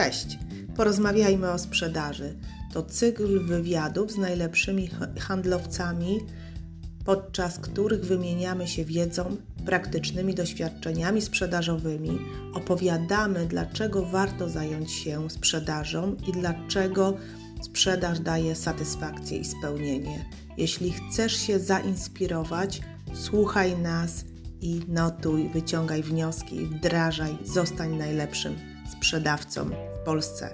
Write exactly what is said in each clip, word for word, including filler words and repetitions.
Cześć! Porozmawiajmy o sprzedaży. To cykl wywiadów z najlepszymi handlowcami, podczas których wymieniamy się wiedzą, praktycznymi doświadczeniami sprzedażowymi, opowiadamy, dlaczego warto zająć się sprzedażą i dlaczego sprzedaż daje satysfakcję i spełnienie. Jeśli chcesz się zainspirować, słuchaj nas i notuj, wyciągaj wnioski, wdrażaj, zostań najlepszym sprzedawcą w Polsce.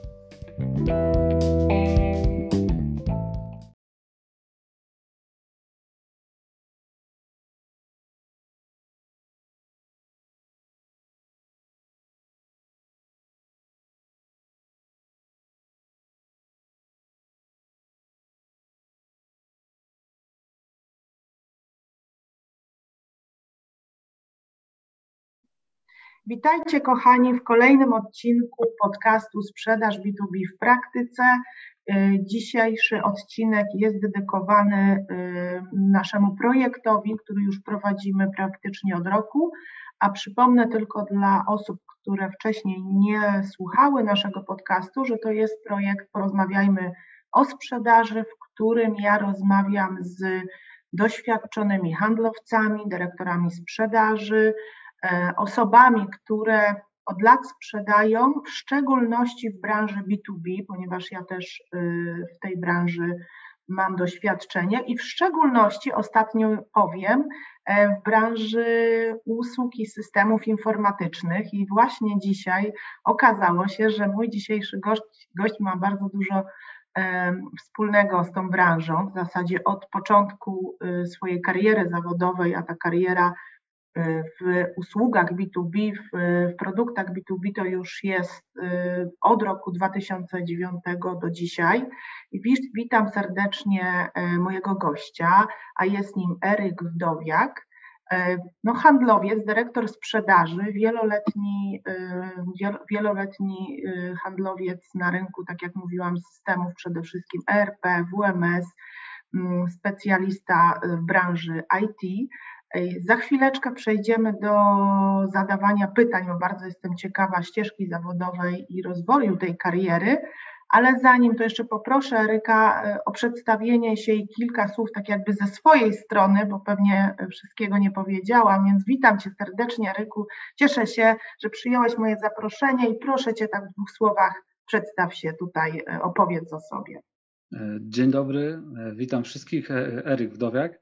Witajcie kochani w kolejnym odcinku podcastu Sprzedaż B dwa B w praktyce. Dzisiejszy odcinek jest dedykowany naszemu projektowi, który już prowadzimy praktycznie od roku, a przypomnę tylko dla osób, które wcześniej nie słuchały naszego podcastu, że to jest projekt Porozmawiajmy o sprzedaży, w którym ja rozmawiam z doświadczonymi handlowcami, dyrektorami sprzedaży, osobami, które od lat sprzedają, w szczególności w branży B dwa B, ponieważ ja też w tej branży mam doświadczenie i w szczególności, ostatnio powiem, w branży usług i systemów informatycznych. I właśnie dzisiaj okazało się, że mój dzisiejszy gość, gość ma bardzo dużo wspólnego z tą branżą, w zasadzie od początku swojej kariery zawodowej, a ta kariera w usługach B dwa B, w, w produktach B dwa B to już jest od roku dwa tysiące dziewiątego do dzisiaj. I witam serdecznie mojego gościa, a jest nim Eryk Wdowiak, no handlowiec, dyrektor sprzedaży, wieloletni, wieloletni handlowiec na rynku, tak jak mówiłam, systemów przede wszystkim E R P, W M S, specjalista w branży I T. Za chwileczkę przejdziemy do zadawania pytań, bo bardzo jestem ciekawa ścieżki zawodowej i rozwoju tej kariery, ale zanim to jeszcze poproszę Eryka o przedstawienie się i kilka słów tak jakby ze swojej strony, bo pewnie wszystkiego nie powiedziałam, więc witam Cię serdecznie, Eryku. Cieszę się, że przyjąłeś moje zaproszenie i proszę Cię tak w dwóch słowach przedstaw się tutaj, opowiedz o sobie. Dzień dobry, witam wszystkich, Eryk Wdowiak.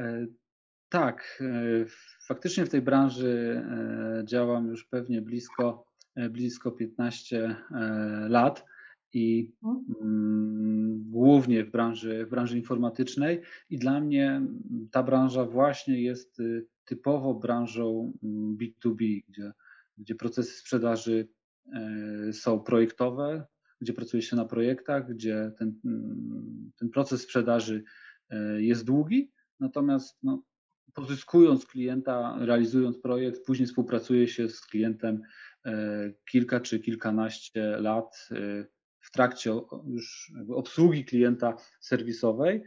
Tak, faktycznie w tej branży działam już pewnie blisko, blisko piętnaście lat i głównie w branży, w branży informatycznej i dla mnie ta branża właśnie jest typowo branżą B dwa B, gdzie, gdzie procesy sprzedaży są projektowe, gdzie pracuje się na projektach, gdzie ten, ten proces sprzedaży jest długi, natomiast no, pozyskując klienta, realizując projekt, później współpracuje się z klientem kilka czy kilkanaście lat w trakcie już obsługi klienta serwisowej,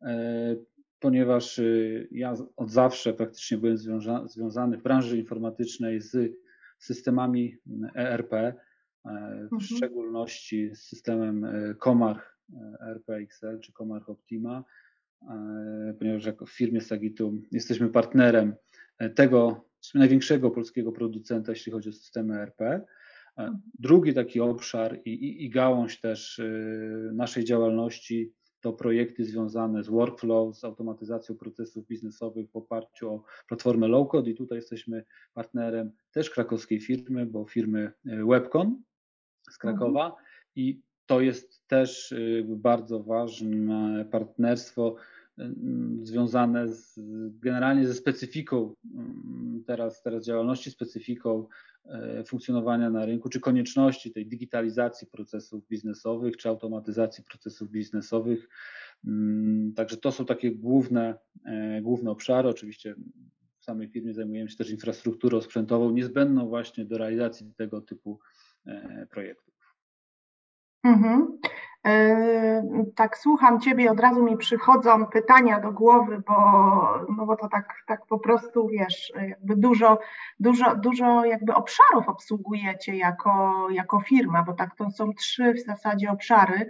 ponieważ ja od zawsze praktycznie byłem związa, związany w branży informatycznej z systemami E R P, w mhm. szczególności z systemem Comarch E R P X L czy Comarch Optima, ponieważ jako w firmie Sagitu jesteśmy partnerem tego największego polskiego producenta, jeśli chodzi o systemy E R P. Drugi taki obszar i, i, i gałąź też naszej działalności to projekty związane z workflow, z automatyzacją procesów biznesowych w oparciu o platformę low-code i tutaj jesteśmy partnerem też krakowskiej firmy, bo firmy Webcon z Krakowa mhm. i to jest też bardzo ważne partnerstwo związane z, generalnie ze specyfiką teraz, teraz działalności, specyfiką funkcjonowania na rynku, czy konieczności tej digitalizacji procesów biznesowych, czy automatyzacji procesów biznesowych. Także to są takie główne, główne obszary. Oczywiście w samej firmie zajmujemy się też infrastrukturą sprzętową niezbędną właśnie do realizacji tego typu projektów. Mhm. Tak słucham Ciebie, od razu mi przychodzą pytania do głowy, bo, no bo to tak, tak po prostu, wiesz, jakby dużo, dużo, dużo jakby obszarów obsługujecie jako, jako firma, bo tak to są trzy w zasadzie obszary.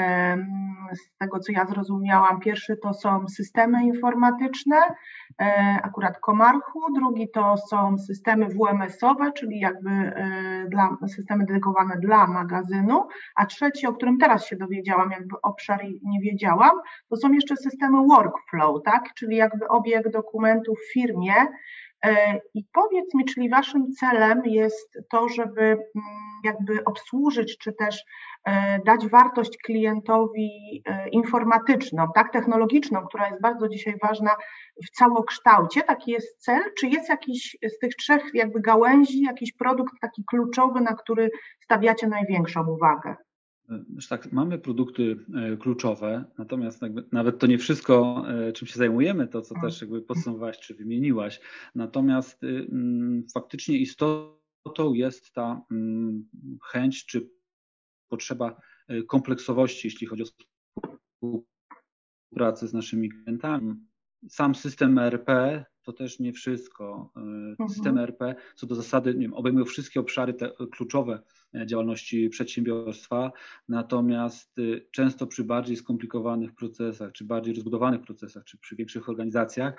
Z tego, co ja zrozumiałam, pierwszy to są systemy informatyczne, akurat Comarchu, drugi to są systemy W M S-owe, czyli jakby dla, systemy dedykowane dla magazynu, a trzeci, o którym teraz się dowiedziałam, jakby obszar nie wiedziałam, to są jeszcze systemy workflow, tak, czyli jakby obieg dokumentów w firmie. I powiedz mi, czyli waszym celem jest to, żeby jakby obsłużyć, czy też dać wartość klientowi informatyczną, tak, technologiczną, która jest bardzo dzisiaj ważna w całokształcie, taki jest cel, czy jest jakiś z tych trzech jakby gałęzi, jakiś produkt taki kluczowy, na który stawiacie największą uwagę? Tak, mamy produkty kluczowe, natomiast jakby nawet to nie wszystko, czym się zajmujemy, to co też jakby podsumowałaś czy wymieniłaś, natomiast mm, faktycznie istotą jest ta mm, chęć czy potrzeba kompleksowości, jeśli chodzi o współpracę z naszymi klientami. Sam system E R P to też nie wszystko. Systemy E R P co do zasady nie wiem, obejmują wszystkie obszary te kluczowe działalności przedsiębiorstwa, natomiast często przy bardziej skomplikowanych procesach, czy bardziej rozbudowanych procesach, czy przy większych organizacjach,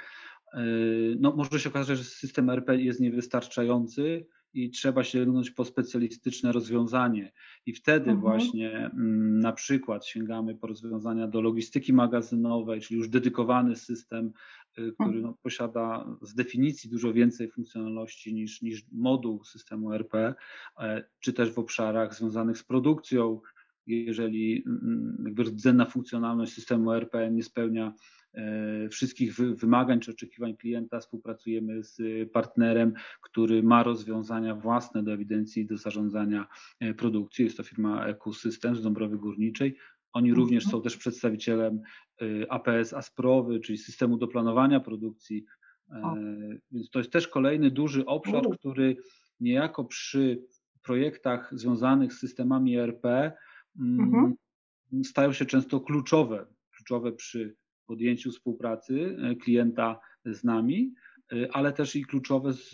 no może się okazać, że system E R P jest niewystarczający i trzeba sięgnąć po specjalistyczne rozwiązanie. I wtedy mhm. właśnie na przykład sięgamy po rozwiązania do logistyki magazynowej, czyli już dedykowany system, który no, posiada z definicji dużo więcej funkcjonalności niż, niż moduł systemu E R P, czy też w obszarach związanych z produkcją. Jeżeli jakby rdzenna funkcjonalność systemu E R P nie spełnia wszystkich wymagań czy oczekiwań klienta, współpracujemy z partnerem, który ma rozwiązania własne do ewidencji, do zarządzania produkcją. Jest to firma EcoSystem z Dąbrowy Górniczej. Oni mhm. również są też przedstawicielem A P S Asprowy, czyli systemu do planowania produkcji. O. Więc to jest też kolejny duży obszar, U. który niejako przy projektach związanych z systemami E R P mhm. stają się często kluczowe, kluczowe przy podjęciu współpracy klienta z nami, ale też i kluczowe z,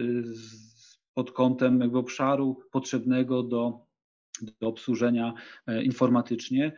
z, pod kątem jakby obszaru potrzebnego do, do obsłużenia informatycznie.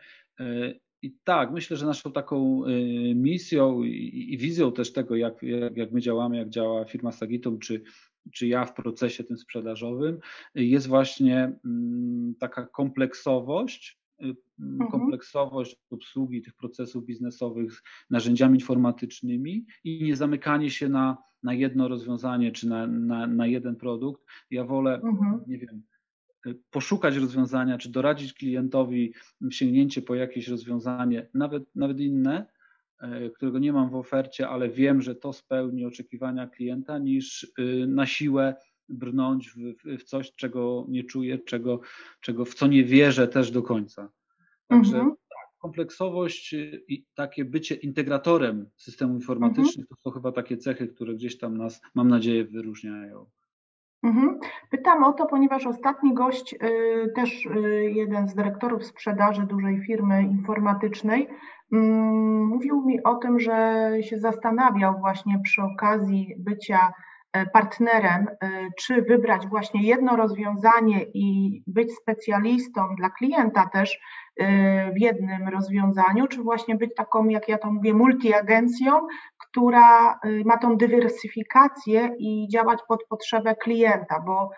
I tak, myślę, że naszą taką misją i, i wizją też tego, jak, jak, jak my działamy, jak działa firma Sagitum, czy, czy ja w procesie tym sprzedażowym, jest właśnie taka kompleksowość, kompleksowość obsługi tych procesów biznesowych z narzędziami informatycznymi i nie zamykanie się na, na jedno rozwiązanie czy na, na, na jeden produkt. Ja wolę, mhm. nie wiem, poszukać rozwiązania, czy doradzić klientowi sięgnięcie po jakieś rozwiązanie, nawet, nawet inne, którego nie mam w ofercie, ale wiem, że to spełni oczekiwania klienta, niż na siłę brnąć w, w coś, czego nie czuję, czego, czego, w co nie wierzę też do końca. Także mhm. tak, kompleksowość i takie bycie integratorem systemów informatycznych mhm. to są chyba takie cechy, które gdzieś tam nas, mam nadzieję, wyróżniają. Mhm. Pytam o to, ponieważ ostatni gość, y, też y, jeden z dyrektorów sprzedaży dużej firmy informatycznej, y, mówił mi o tym, że się zastanawiał właśnie przy okazji bycia partnerem, czy wybrać właśnie jedno rozwiązanie i być specjalistą dla klienta też w jednym rozwiązaniu, czy właśnie być taką, jak ja to mówię, multiagencją, która ma tą dywersyfikację i działać pod potrzebę klienta, bo,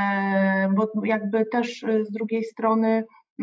bo jakby też z drugiej strony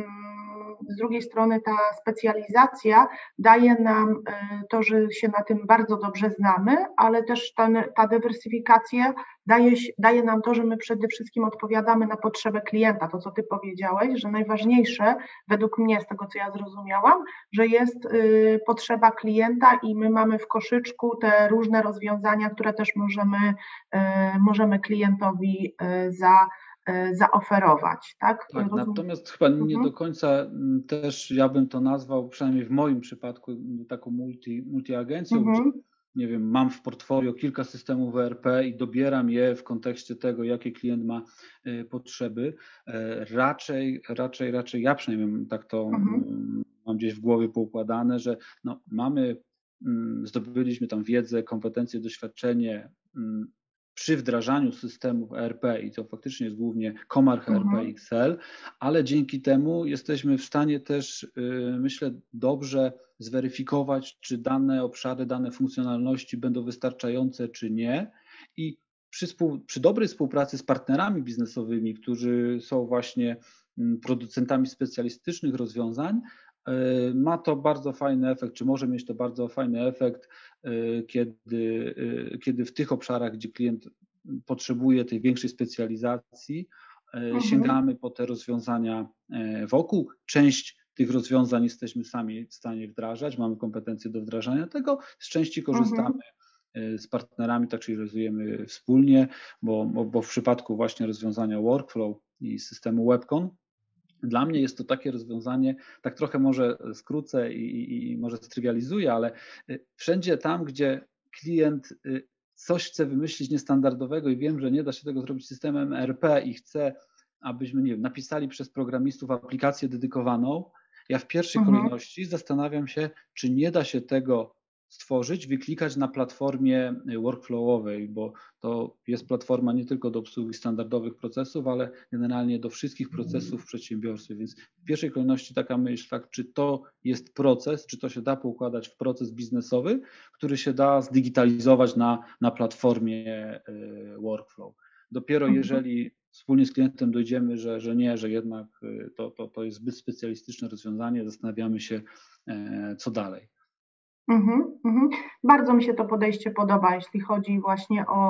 z drugiej strony ta specjalizacja daje nam to, że się na tym bardzo dobrze znamy, ale też ten, ta dywersyfikacja daje, daje nam to, że my przede wszystkim odpowiadamy na potrzebę klienta. To, co Ty powiedziałeś, że najważniejsze według mnie, z tego co ja zrozumiałam, że jest y, potrzeba klienta i my mamy w koszyczku te różne rozwiązania, które też możemy, y, możemy klientowi y, za zaoferować, tak? Tak, natomiast chyba nie mhm. do końca też ja bym to nazwał, przynajmniej w moim przypadku, taką multi, multiagencją, mhm. nie wiem, mam w portfolio kilka systemów E R P i dobieram je w kontekście tego, jakie klient ma potrzeby. Raczej, raczej, raczej ja przynajmniej tak to mhm. mam gdzieś w głowie poukładane, że no, mamy, zdobyliśmy tam wiedzę, kompetencje, doświadczenie przy wdrażaniu systemów E R P i to faktycznie jest głównie Comarch E R P mhm. X L, ale dzięki temu jesteśmy w stanie też, myślę, dobrze zweryfikować, czy dane obszary, dane funkcjonalności będą wystarczające, czy nie. I przy, współ, przy dobrej współpracy z partnerami biznesowymi, którzy są właśnie producentami specjalistycznych rozwiązań, ma to bardzo fajny efekt, czy może mieć to bardzo fajny efekt, kiedy, kiedy w tych obszarach, gdzie klient potrzebuje tej większej specjalizacji, mhm. sięgamy po te rozwiązania wokół. Część tych rozwiązań jesteśmy sami w stanie wdrażać, mamy kompetencje do wdrażania tego, z części korzystamy mhm. z partnerami, tak czyli realizujemy wspólnie, bo, bo, bo w przypadku właśnie rozwiązania workflow i systemu Webcon, dla mnie jest to takie rozwiązanie, tak trochę może skrócę i, i, i może strywializuję, ale wszędzie tam, gdzie klient coś chce wymyślić niestandardowego i wiem, że nie da się tego zrobić systemem E R P i chce, abyśmy, nie wiem, napisali przez programistów aplikację dedykowaną, ja w pierwszej mhm. kolejności zastanawiam się, czy nie da się tego stworzyć, wyklikać na platformie workflowowej, bo to jest platforma nie tylko do obsługi standardowych procesów, ale generalnie do wszystkich procesów w przedsiębiorstwie, więc w pierwszej kolejności taka myśl, tak, czy to jest proces, czy to się da poukładać w proces biznesowy, który się da zdigitalizować na, na platformie workflow. Dopiero jeżeli wspólnie z klientem dojdziemy, że, że nie, że jednak to, to, to jest zbyt specjalistyczne rozwiązanie, zastanawiamy się, co dalej. Mhm, mhm. Bardzo mi się to podejście podoba, jeśli chodzi właśnie o,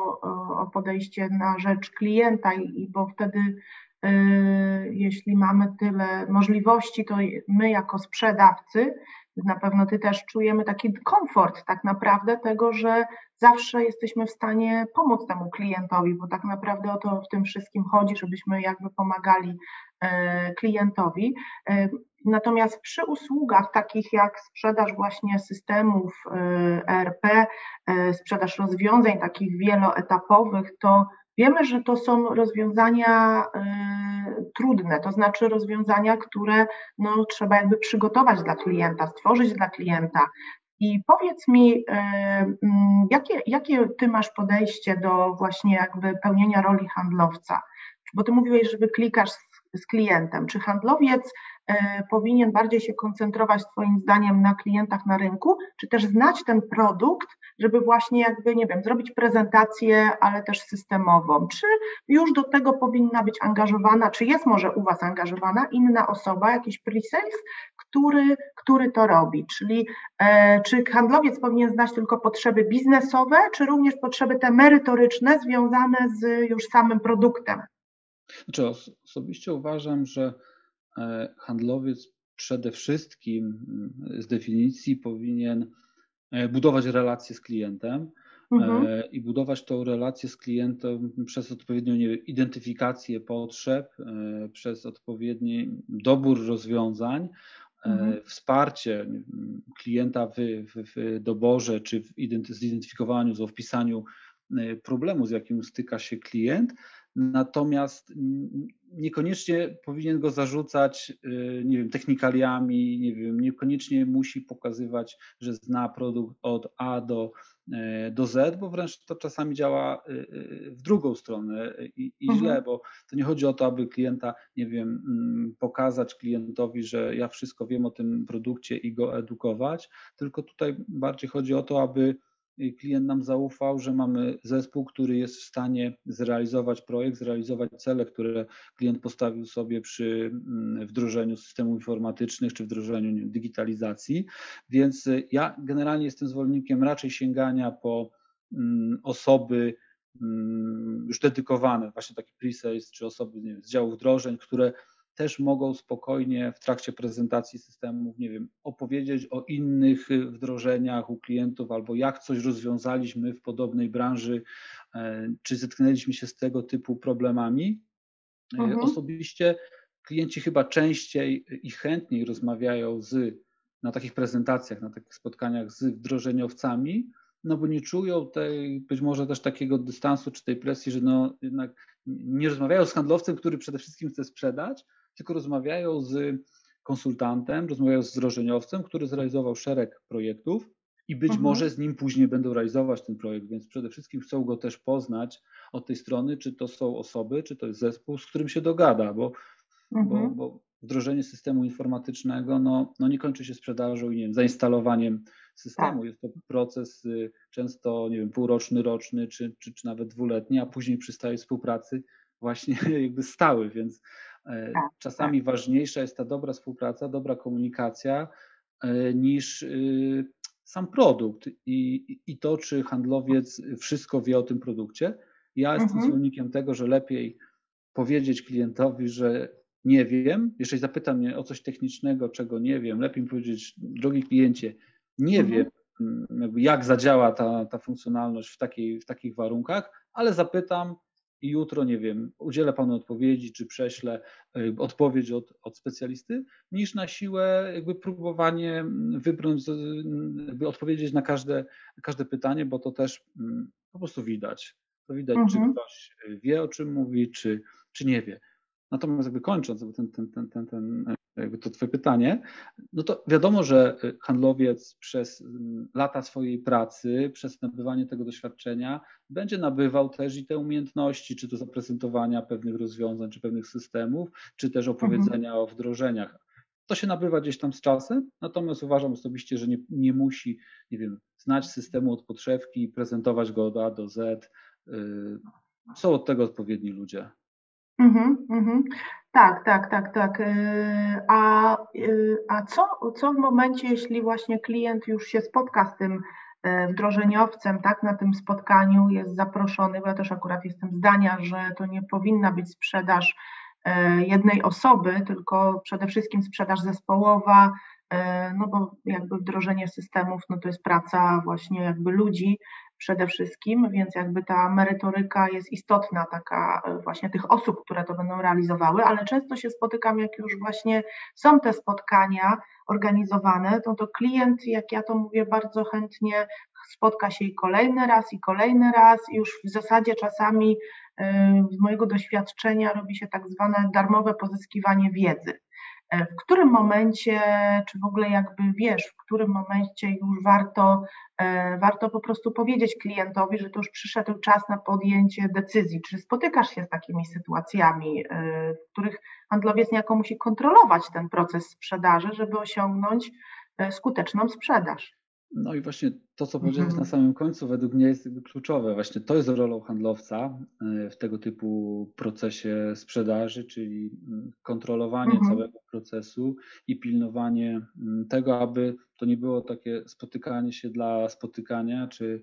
o podejście na rzecz klienta, i bo wtedy y, jeśli mamy tyle możliwości, to my jako sprzedawcy, na pewno Ty też czujemy taki komfort tak naprawdę tego, że zawsze jesteśmy w stanie pomóc temu klientowi, bo tak naprawdę o to w tym wszystkim chodzi, żebyśmy jakby pomagali y, klientowi. Y, Natomiast przy usługach takich jak sprzedaż właśnie systemów E R P, sprzedaż rozwiązań takich wieloetapowych, to wiemy, że to są rozwiązania trudne, to znaczy rozwiązania, które no, trzeba jakby przygotować dla klienta, stworzyć dla klienta. I powiedz mi, jakie, jakie Ty masz podejście do właśnie jakby pełnienia roli handlowca? Bo Ty mówiłeś, że wyklikasz z, z klientem. Czy handlowiec powinien bardziej się koncentrować Twoim zdaniem na klientach na rynku, czy też znać ten produkt, żeby właśnie jakby, nie wiem, zrobić prezentację, ale też systemową? Czy już do tego powinna być angażowana, czy jest może u Was angażowana inna osoba, jakiś pre-sales, który, który to robi? Czyli e, czy handlowiec powinien znać tylko potrzeby biznesowe, czy również potrzeby te merytoryczne związane z już samym produktem? Znaczy, osobiście uważam, że handlowiec przede wszystkim z definicji powinien budować relacje z klientem mhm. i budować tą relację z klientem przez odpowiednią, nie wiem, identyfikację potrzeb, przez odpowiedni dobór rozwiązań, mhm. wsparcie klienta w, w, w doborze czy w zidentyfikowaniu, w wpisaniu problemu, z jakim styka się klient. Natomiast niekoniecznie powinien go zarzucać, nie wiem, technikaliami, nie wiem, niekoniecznie musi pokazywać, że zna produkt od A do, do Z, bo wręcz to czasami działa w drugą stronę i, i mhm. źle, bo to nie chodzi o to, aby klienta, nie wiem, pokazać klientowi, że ja wszystko wiem o tym produkcie i go edukować, tylko tutaj bardziej chodzi o to, aby klient nam zaufał, że mamy zespół, który jest w stanie zrealizować projekt, zrealizować cele, które klient postawił sobie przy wdrożeniu systemów informatycznych czy wdrożeniu nie wiem, digitalizacji. Więc ja generalnie jestem zwolennikiem raczej sięgania po osoby już dedykowane, właśnie takie pre-sales czy osoby nie wiem, z działu wdrożeń, które też mogą spokojnie w trakcie prezentacji systemów, nie wiem, opowiedzieć o innych wdrożeniach u klientów albo jak coś rozwiązaliśmy w podobnej branży, czy zetknęliśmy się z tego typu problemami. Mhm. Osobiście klienci chyba częściej i chętniej rozmawiają z, na takich prezentacjach, na takich spotkaniach z wdrożeniowcami, no bo nie czują tej, być może też takiego dystansu czy tej presji, że no jednak nie rozmawiają z handlowcem, który przede wszystkim chce sprzedać, tylko rozmawiają z konsultantem, rozmawiają z wdrożeniowcem, który zrealizował szereg projektów i być Mhm. może z nim później będą realizować ten projekt, więc przede wszystkim chcą go też poznać od tej strony, czy to są osoby, czy to jest zespół, z którym się dogada, bo, bo, Mhm. bo wdrożenie systemu informatycznego no, no nie kończy się sprzedażą i nie wiem, zainstalowaniem systemu. Tak. Jest to proces y, często, nie wiem, półroczny, roczny, czy, czy, czy nawet dwuletni, a później przystaje współpracy właśnie jakby stały, więc e, Tak, tak. czasami ważniejsza jest ta dobra współpraca, dobra komunikacja e, niż y, sam produkt i, i to, czy handlowiec wszystko wie o tym produkcie. Ja jestem Mhm. zwolennikiem tego, że lepiej powiedzieć klientowi, że nie wiem, jeżeli zapyta mnie o coś technicznego, czego nie wiem, lepiej mi powiedzieć, drogi kliencie, nie wiem, Mhm. jakby jak zadziała ta, ta funkcjonalność w, takiej, w takich warunkach, ale zapytam i jutro, nie wiem, udzielę panu odpowiedzi, czy prześlę y, odpowiedź od, od specjalisty, niż na siłę jakby próbowanie wybrnąć, jakby odpowiedzieć na każde, każde pytanie, bo to też mm, po prostu widać. To widać, czy Mhm. ktoś wie, o czym mówi, czy, czy nie wie. Natomiast jakby kończąc ten, ten, ten, ten, ten, jakby to twoje pytanie, no to wiadomo, że handlowiec przez lata swojej pracy, przez nabywanie tego doświadczenia będzie nabywał też i te umiejętności, czy to zaprezentowania pewnych rozwiązań, czy pewnych systemów, czy też Mhm. opowiedzenia o wdrożeniach. To się nabywa gdzieś tam z czasem, natomiast uważam osobiście, że nie, nie musi, nie wiem, znać systemu od podszewki i prezentować go od A do Z. Są od tego odpowiedni ludzie. Mhm, mhm. Tak, tak, tak, tak. Yy, A, yy, a co, co w momencie, jeśli właśnie klient już się spotka z tym yy, wdrożeniowcem, tak, na tym spotkaniu jest zaproszony, bo ja też akurat jestem zdania, że to nie powinna być sprzedaż yy, jednej osoby, tylko przede wszystkim sprzedaż zespołowa, yy, no bo jakby wdrożenie systemów, no to jest praca właśnie jakby ludzi, przede wszystkim, więc jakby ta merytoryka jest istotna, taka właśnie tych osób, które to będą realizowały, ale często się spotykam, jak już właśnie są te spotkania organizowane, to to klient, jak ja to mówię, bardzo chętnie spotka się i kolejny raz, i kolejny raz, i już w zasadzie czasami z mojego doświadczenia robi się tak zwane darmowe pozyskiwanie wiedzy. W którym momencie, czy w ogóle jakby wiesz, w którym momencie już warto, warto po prostu powiedzieć klientowi, że to już przyszedł czas na podjęcie decyzji. Czy spotykasz się z takimi sytuacjami, w których handlowiec niejako musi kontrolować ten proces sprzedaży, żeby osiągnąć skuteczną sprzedaż? No i właśnie to, co powiedziałeś na Mhm. samym końcu, według mnie jest jakby kluczowe. Właśnie to jest rolą handlowca w tego typu procesie sprzedaży, czyli kontrolowanie Mhm. całego procesu i pilnowanie tego, aby to nie było takie spotykanie się dla spotykania, czy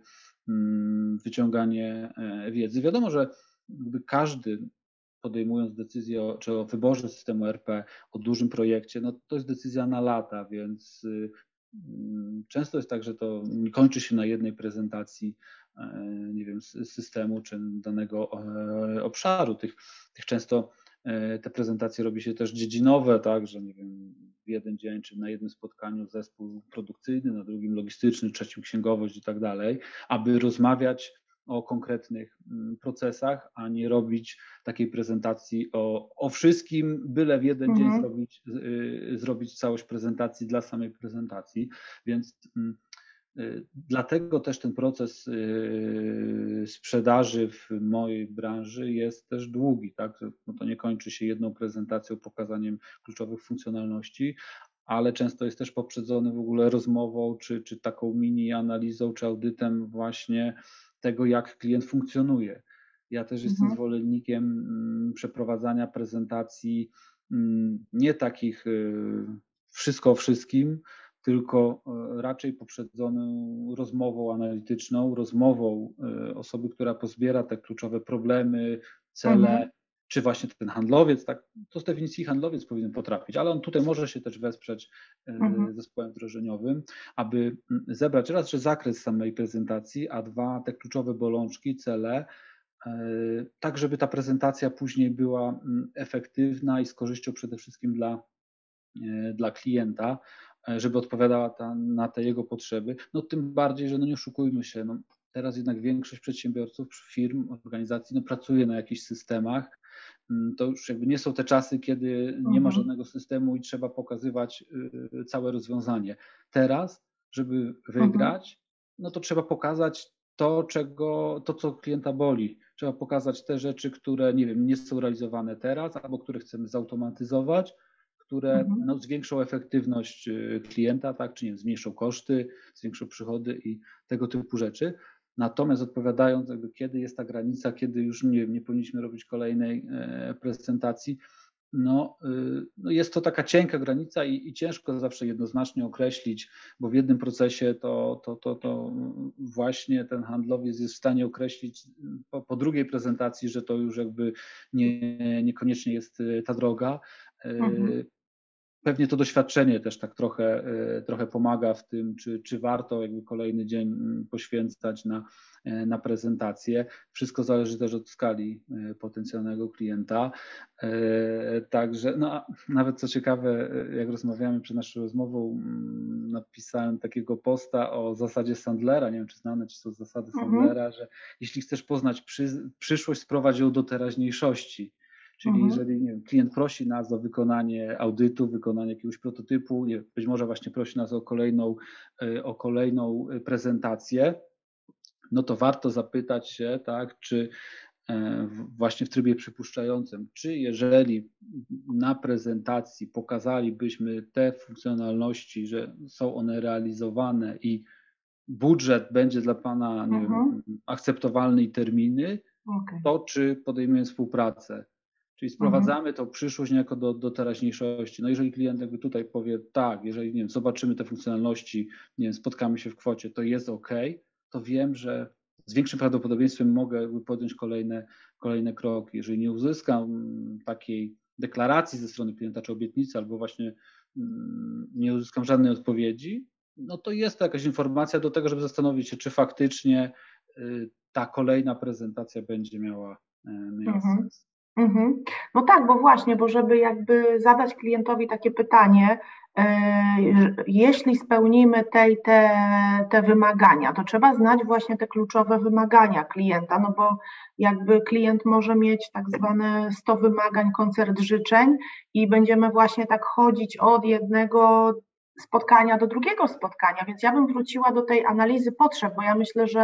wyciąganie wiedzy. Wiadomo, że jakby każdy podejmując decyzję o, czy o wyborze systemu E R P, o dużym projekcie, no to jest decyzja na lata, więc często jest tak, że to nie kończy się na jednej prezentacji, nie wiem, systemu czy danego obszaru. Tych, tych często te prezentacje robi się też dziedzinowe, tak, że nie wiem, w jeden dzień, czy na jednym spotkaniu zespół produkcyjny, na drugim logistyczny, trzecim księgowość i tak dalej, aby rozmawiać o konkretnych procesach, a nie robić takiej prezentacji o, o wszystkim, byle w jeden dzień Mhm. zrobić, y, zrobić całość prezentacji dla samej prezentacji. Więc y, dlatego też ten proces y, sprzedaży w mojej branży jest też długi, tak? No to nie kończy się jedną prezentacją, pokazaniem kluczowych funkcjonalności, ale często jest też poprzedzony w ogóle rozmową, czy, czy taką mini analizą, czy audytem właśnie tego, jak klient funkcjonuje. Ja też jestem Mhm. zwolennikiem przeprowadzania prezentacji nie takich wszystko o wszystkim, tylko raczej poprzedzoną rozmową analityczną, rozmową osoby, która pozbiera te kluczowe problemy, cele, Mhm. czy właśnie ten handlowiec, tak, to z definicji handlowiec powinien potrafić, ale on tutaj może się też wesprzeć Mhm. zespołem wdrożeniowym, aby zebrać raz, że zakres samej prezentacji, a dwa, te kluczowe bolączki, cele, tak żeby ta prezentacja później była efektywna i z korzyścią przede wszystkim dla, dla klienta, żeby odpowiadała ta, na te jego potrzeby. No tym bardziej, że no nie oszukujmy się, no teraz jednak większość przedsiębiorców, firm, organizacji no pracuje na jakichś systemach. To już jakby nie są te czasy, kiedy nie ma Mhm. żadnego systemu i trzeba pokazywać całe rozwiązanie. Teraz, żeby wygrać, no to trzeba pokazać to, czego, to, co klienta boli. Trzeba pokazać te rzeczy, które nie wiem, nie są realizowane teraz, albo które chcemy zautomatyzować, które Mhm. no, zwiększą efektywność klienta, tak, czy nie wiem, zmniejszą koszty, zwiększą przychody i tego typu rzeczy. Natomiast odpowiadając, jakby, kiedy jest ta granica, kiedy już nie, nie powinniśmy robić kolejnej e, prezentacji, no, y, no jest to taka cienka granica i, i ciężko zawsze jednoznacznie określić, bo w jednym procesie to, to, to, to właśnie ten handlowiec jest w stanie określić po, po drugiej prezentacji, że to już jakby nie, niekoniecznie jest ta droga. Mhm. Pewnie to doświadczenie też tak trochę, trochę pomaga w tym, czy, czy warto jakby kolejny dzień poświęcać na, na prezentację. Wszystko zależy też od skali potencjalnego klienta. Także no, nawet co ciekawe, jak rozmawiamy przed naszą rozmową, napisałem takiego posta o zasadzie Sandlera, nie wiem czy znane, czy są zasady Mhm. Sandlera, że jeśli chcesz poznać przy, przyszłość, sprowadź ją do teraźniejszości. Czyli Mhm. jeżeli nie wiem, klient prosi nas o wykonanie audytu, wykonanie jakiegoś prototypu, nie, być może właśnie prosi nas o kolejną, o kolejną prezentację, no to warto zapytać się, tak, czy właśnie w trybie przypuszczającym, czy jeżeli na prezentacji pokazalibyśmy te funkcjonalności, że są one realizowane i budżet będzie dla Pana, nie Mhm. wiem, akceptowalny i terminy, Okay. to czy podejmujemy współpracę. Czyli sprowadzamy Mhm. tą przyszłość niejako do, do teraźniejszości. No jeżeli klient jakby tutaj powie tak, jeżeli nie wiem, zobaczymy te funkcjonalności, nie wiem, spotkamy się w kwocie, to jest ok, to wiem, że z większym prawdopodobieństwem mogę jakby podjąć kolejne, kolejne kroki. Jeżeli nie uzyskam takiej deklaracji ze strony klienta czy obietnicy, albo właśnie nie uzyskam żadnej odpowiedzi, no to jest to jakaś informacja do tego, żeby zastanowić się, czy faktycznie ta kolejna prezentacja będzie miała, miała Mhm. sens. Mhm. No tak, bo właśnie, bo żeby jakby zadać klientowi takie pytanie, jeśli spełnimy te, te, te wymagania, to trzeba znać właśnie te kluczowe wymagania klienta, no bo jakby klient może mieć tak zwane sto wymagań, koncert życzeń i będziemy właśnie tak chodzić od jednego spotkania do drugiego spotkania, więc ja bym wróciła do tej analizy potrzeb, bo ja myślę, że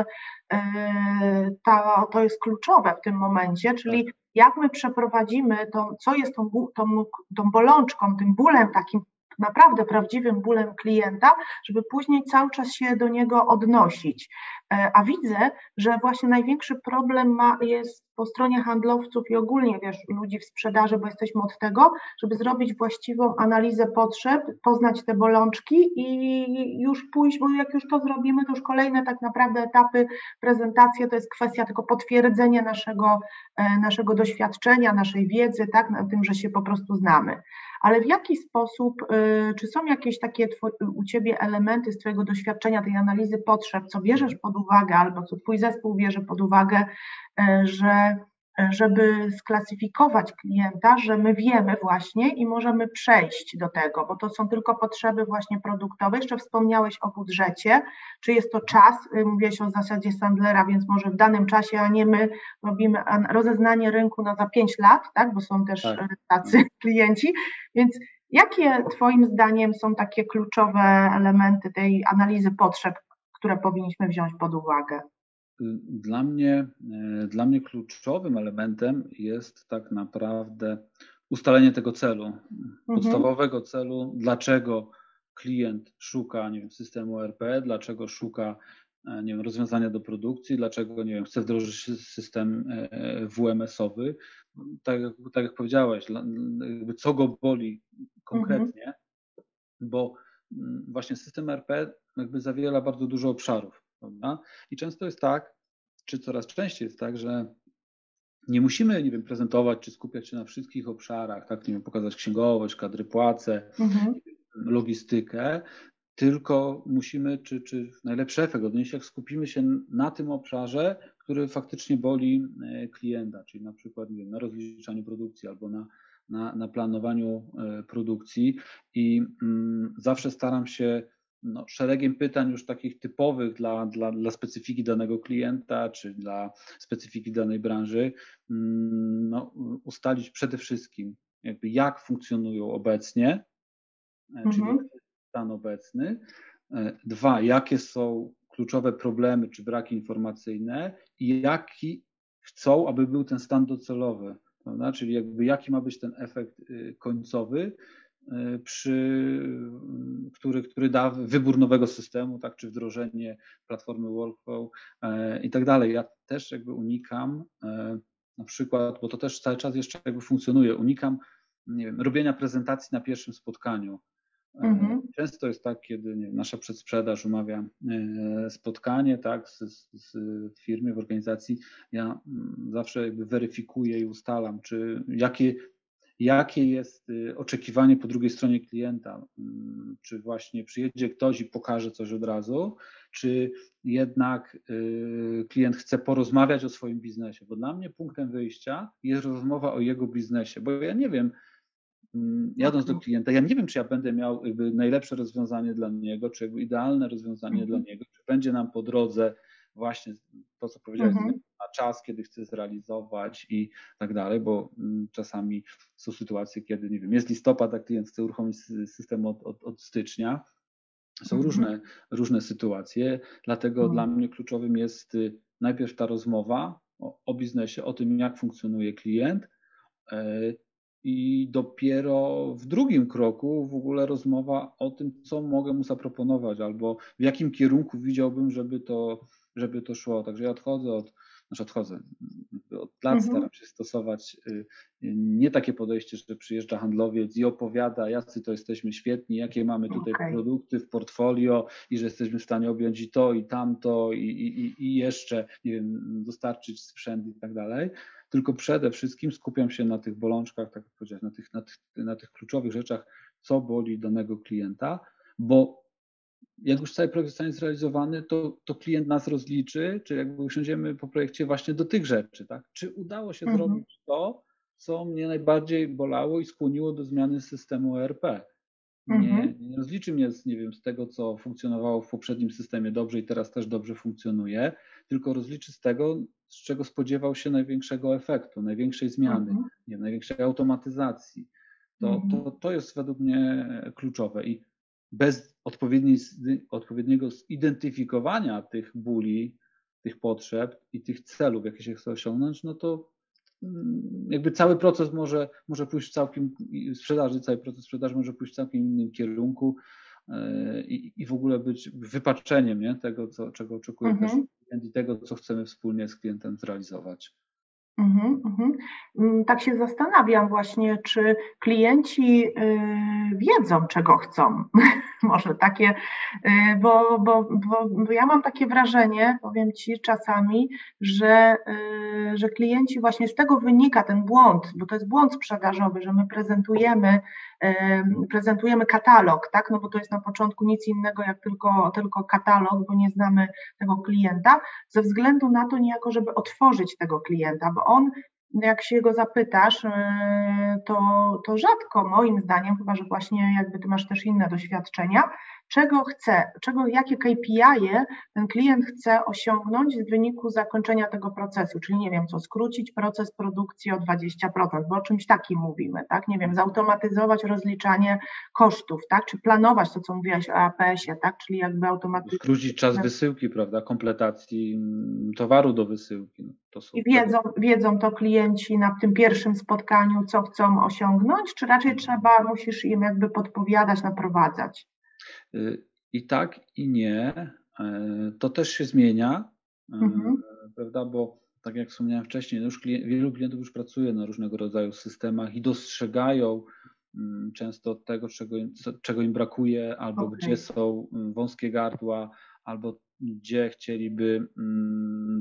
to, to jest kluczowe w tym momencie, czyli tak. Jak my przeprowadzimy to, co jest tą, tą, tą bolączką, tym bólem takim naprawdę prawdziwym bólem klienta, żeby później cały czas się do niego odnosić. A widzę, że właśnie największy problem ma, jest po stronie handlowców i ogólnie, wiesz, ludzi w sprzedaży, bo jesteśmy od tego, żeby zrobić właściwą analizę potrzeb, poznać te bolączki i już pójść, bo jak już to zrobimy, to już kolejne tak naprawdę etapy, prezentacje to jest kwestia tylko potwierdzenia naszego, naszego doświadczenia, naszej wiedzy, tak, na tym, że się po prostu znamy. Ale w jaki sposób, czy są jakieś takie u Ciebie elementy z Twojego doświadczenia, tej analizy potrzeb, co bierzesz pod uwagę albo co Twój zespół bierze pod uwagę, że żeby sklasyfikować klienta, że my wiemy właśnie i możemy przejść do tego, bo to są tylko potrzeby właśnie produktowe. Jeszcze wspomniałeś o budżecie, czy jest to czas, mówiłeś o zasadzie Sandlera, więc może w danym czasie, a nie my robimy rozeznanie rynku na za pięć lat, tak, bo są też tak. tacy klienci, więc jakie Twoim zdaniem są takie kluczowe elementy tej analizy potrzeb, które powinniśmy wziąć pod uwagę? Dla mnie, dla mnie kluczowym elementem jest tak naprawdę ustalenie tego celu, podstawowego celu, dlaczego klient szuka, nie wiem, systemu E R P, dlaczego szuka, nie wiem, rozwiązania do produkcji, dlaczego, nie wiem, chce wdrożyć system W M S-owy. Tak, tak jak powiedziałeś, jakby co go boli konkretnie, bo właśnie system E R P jakby zawiera bardzo dużo obszarów. Prawda? I często jest tak, czy coraz częściej jest tak, że nie musimy, nie wiem, prezentować czy skupiać się na wszystkich obszarach, tak, nie wiem, pokazać księgowość, kadry płace, mhm. logistykę, tylko musimy, czy, czy najlepszy efekt odnieść, jak skupimy się na tym obszarze, który faktycznie boli klienta, czyli na przykład, nie wiem, na rozliczaniu produkcji albo na, na, na planowaniu produkcji i zawsze staram się no, szeregiem pytań już takich typowych dla, dla, dla specyfiki danego klienta czy dla specyfiki danej branży no, ustalić przede wszystkim jakby jak funkcjonują obecnie, mhm. czyli jaki jest stan obecny. Dwa, jakie są kluczowe problemy czy braki informacyjne i jaki chcą, aby był ten stan docelowy, prawda? Czyli jakby jaki ma być ten efekt końcowy, przy, który, który da wybór nowego systemu, tak, czy wdrożenie platformy workflow i tak dalej. Ja też jakby unikam na przykład, bo to też cały czas jeszcze jakby funkcjonuje, unikam, nie wiem, robienia prezentacji na pierwszym spotkaniu. Mhm. Często jest tak, kiedy nie wiem, nasza przedsprzedaż umawia spotkanie, tak, z, z, w firmie, w organizacji. Ja zawsze jakby weryfikuję i ustalam, czy jakie, jakie jest oczekiwanie po drugiej stronie klienta. Czy właśnie przyjedzie ktoś i pokaże coś od razu, czy jednak klient chce porozmawiać o swoim biznesie, bo dla mnie punktem wyjścia jest rozmowa o jego biznesie, bo ja nie wiem, jadąc do klienta, ja nie wiem, czy ja będę miał jakby najlepsze rozwiązanie dla niego, czy jakby idealne rozwiązanie mm-hmm. dla niego, czy będzie nam po drodze właśnie to, co powiedziałeś, mm-hmm. na czas, kiedy chcę zrealizować i tak dalej, bo mm, czasami są sytuacje, kiedy, nie wiem, jest listopad, a klient chce uruchomić system od, od, od stycznia. Są mm-hmm. różne, różne sytuacje, dlatego mm-hmm. dla mnie kluczowym jest y, najpierw ta rozmowa o, o biznesie, o tym, jak funkcjonuje klient, y, i dopiero w drugim kroku w ogóle rozmowa o tym, co mogę mu zaproponować albo w jakim kierunku widziałbym, żeby to, żeby to szło. Także ja odchodzę od, znaczy odchodzę, od lat mhm. staram się stosować nie takie podejście, że przyjeżdża handlowiec i opowiada, jacy to jesteśmy świetni, jakie mamy tutaj okay. produkty w portfolio i że jesteśmy w stanie objąć i to, i tamto, i, i, i jeszcze, nie wiem, dostarczyć sprzęt i tak dalej. Tylko przede wszystkim skupiam się na tych bolączkach, tak jak powiedziałem, na tych, na, tych, na tych kluczowych rzeczach, co boli danego klienta, bo jak już cały projekt zostanie zrealizowany, to, to klient nas rozliczy, czy jakby usiądziemy po projekcie właśnie do tych rzeczy, tak? Czy udało się mhm. zrobić to, co mnie najbardziej bolało i skłoniło do zmiany systemu E R P. Nie, mhm. nie rozliczy mnie z, nie wiem, z tego, co funkcjonowało w poprzednim systemie dobrze i teraz też dobrze funkcjonuje, tylko rozliczy z tego, z czego spodziewał się największego efektu, największej zmiany, mhm. nie, największej automatyzacji. To, mhm. to, to jest według mnie kluczowe i bez odpowiedniej, odpowiedniego zidentyfikowania tych bóli, tych potrzeb i tych celów, jakie się chce osiągnąć, no to jakby cały proces może, może pójść w całkiem, sprzedaży, cały proces sprzedaży może pójść w całkiem innym kierunku i, i w ogóle być wypaczeniem, nie? Tego, co, czego oczekuje mhm. też klient i tego, co chcemy wspólnie z klientem zrealizować. Mhm, mhm. Tak się zastanawiam właśnie, czy klienci y, wiedzą, czego chcą. Może takie, y, bo, bo, bo, bo ja mam takie wrażenie, powiem Ci czasami, że, y, że klienci właśnie z tego wynika ten błąd, bo to jest błąd sprzedażowy, że my prezentujemy, y, prezentujemy katalog, tak? No bo to jest na początku nic innego jak tylko, tylko katalog, bo nie znamy tego klienta, ze względu na to niejako, żeby otworzyć tego klienta, bo on, jak się go zapytasz, to, to rzadko, moim zdaniem, chyba że właśnie jakby ty masz też inne doświadczenia, czego chce, czego, jakie K P I ten klient chce osiągnąć w wyniku zakończenia tego procesu, czyli nie wiem co, skrócić proces produkcji o dwadzieścia procent, bo o czymś takim mówimy, tak, nie wiem, zautomatyzować rozliczanie kosztów, tak, czy planować to, co mówiłaś o A P S-ie, tak, czyli jakby automatycznie. Skrócić czas wysyłki, prawda, kompletacji towaru do wysyłki. No, to są I wiedzą, wiedzą to klienci na tym pierwszym spotkaniu, co chcą osiągnąć, czy raczej trzeba, musisz im jakby podpowiadać, naprowadzać? I tak, i nie. To też się zmienia, mhm. prawda, bo tak jak wspomniałem wcześniej, no już klient, wielu klientów już pracuje na różnego rodzaju systemach i dostrzegają często tego, czego im, czego im brakuje, albo okay. gdzie są wąskie gardła, albo gdzie chcieliby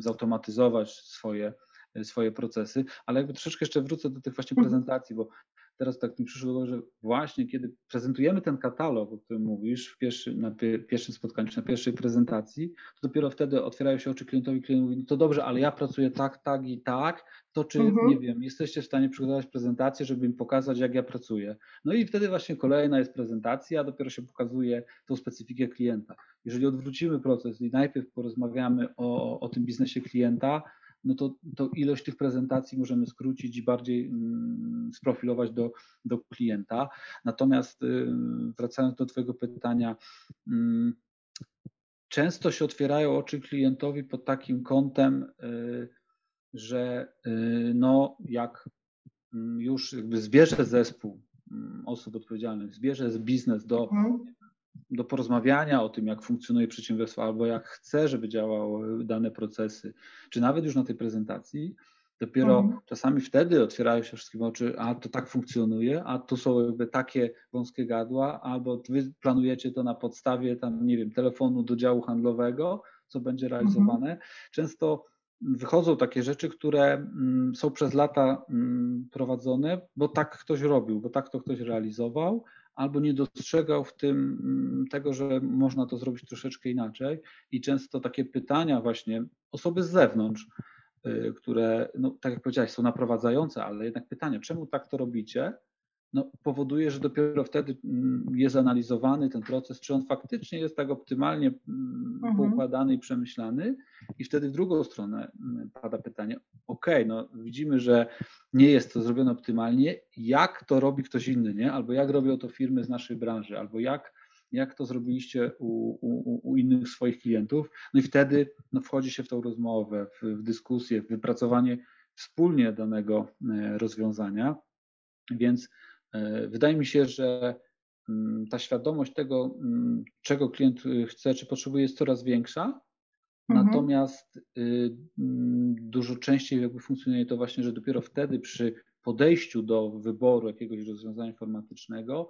zautomatyzować swoje, swoje procesy, ale jakby troszeczkę jeszcze wrócę do tych właśnie prezentacji, bo teraz tak mi przyszło do głowy, że właśnie kiedy prezentujemy ten katalog, o którym mówisz, w pierwszy, na pierwszym spotkaniu, czy na pierwszej prezentacji, to dopiero wtedy otwierają się oczy klientowi, klient mówi, no to dobrze, ale ja pracuję tak, tak i tak, to czy, Mhm. nie wiem, jesteście w stanie przygotować prezentację, żeby im pokazać, jak ja pracuję. No i wtedy właśnie kolejna jest prezentacja, a dopiero się pokazuje tą specyfikę klienta. Jeżeli odwrócimy proces i najpierw porozmawiamy o, o tym biznesie klienta, no to, to ilość tych prezentacji możemy skrócić i bardziej mm, sprofilować do, do klienta. Natomiast y, wracając do Twojego pytania, y, często się otwierają oczy klientowi pod takim kątem, y, że y, no jak już jakby zbierze zespół osób odpowiedzialnych, zbierze biznes do Mhm. do porozmawiania o tym, jak funkcjonuje przedsiębiorstwo, albo jak chce, żeby działały dane procesy, czy nawet już na tej prezentacji, dopiero Mhm. czasami wtedy otwierają się wszystkim oczy, a to tak funkcjonuje, a tu są jakby takie wąskie gadła, albo wy planujecie to na podstawie tam, nie wiem, telefonu do działu handlowego, co będzie realizowane. Mhm. Często wychodzą takie rzeczy, które są przez lata prowadzone, bo tak ktoś robił, bo tak to ktoś realizował, albo nie dostrzegał w tym tego, że można to zrobić troszeczkę inaczej. I często takie pytania właśnie osoby z zewnątrz, które, no, tak jak powiedziałeś, są naprowadzające, ale jednak pytania, czemu tak to robicie, no, powoduje, że dopiero wtedy jest analizowany ten proces, czy on faktycznie jest tak optymalnie Mhm. poukładany i przemyślany, i wtedy w drugą stronę pada pytanie, ok, no widzimy, że nie jest to zrobione optymalnie, jak to robi ktoś inny, nie? Albo jak robią to firmy z naszej branży, albo jak, jak to zrobiliście u, u, u innych swoich klientów, no i wtedy no, wchodzi się w tą rozmowę, w, w dyskusję, w wypracowanie wspólnie danego rozwiązania, więc wydaje mi się, że ta świadomość tego, czego klient chce, czy potrzebuje, jest coraz większa, Mhm. natomiast dużo częściej jakby funkcjonuje to właśnie, że dopiero wtedy przy podejściu do wyboru jakiegoś rozwiązania informatycznego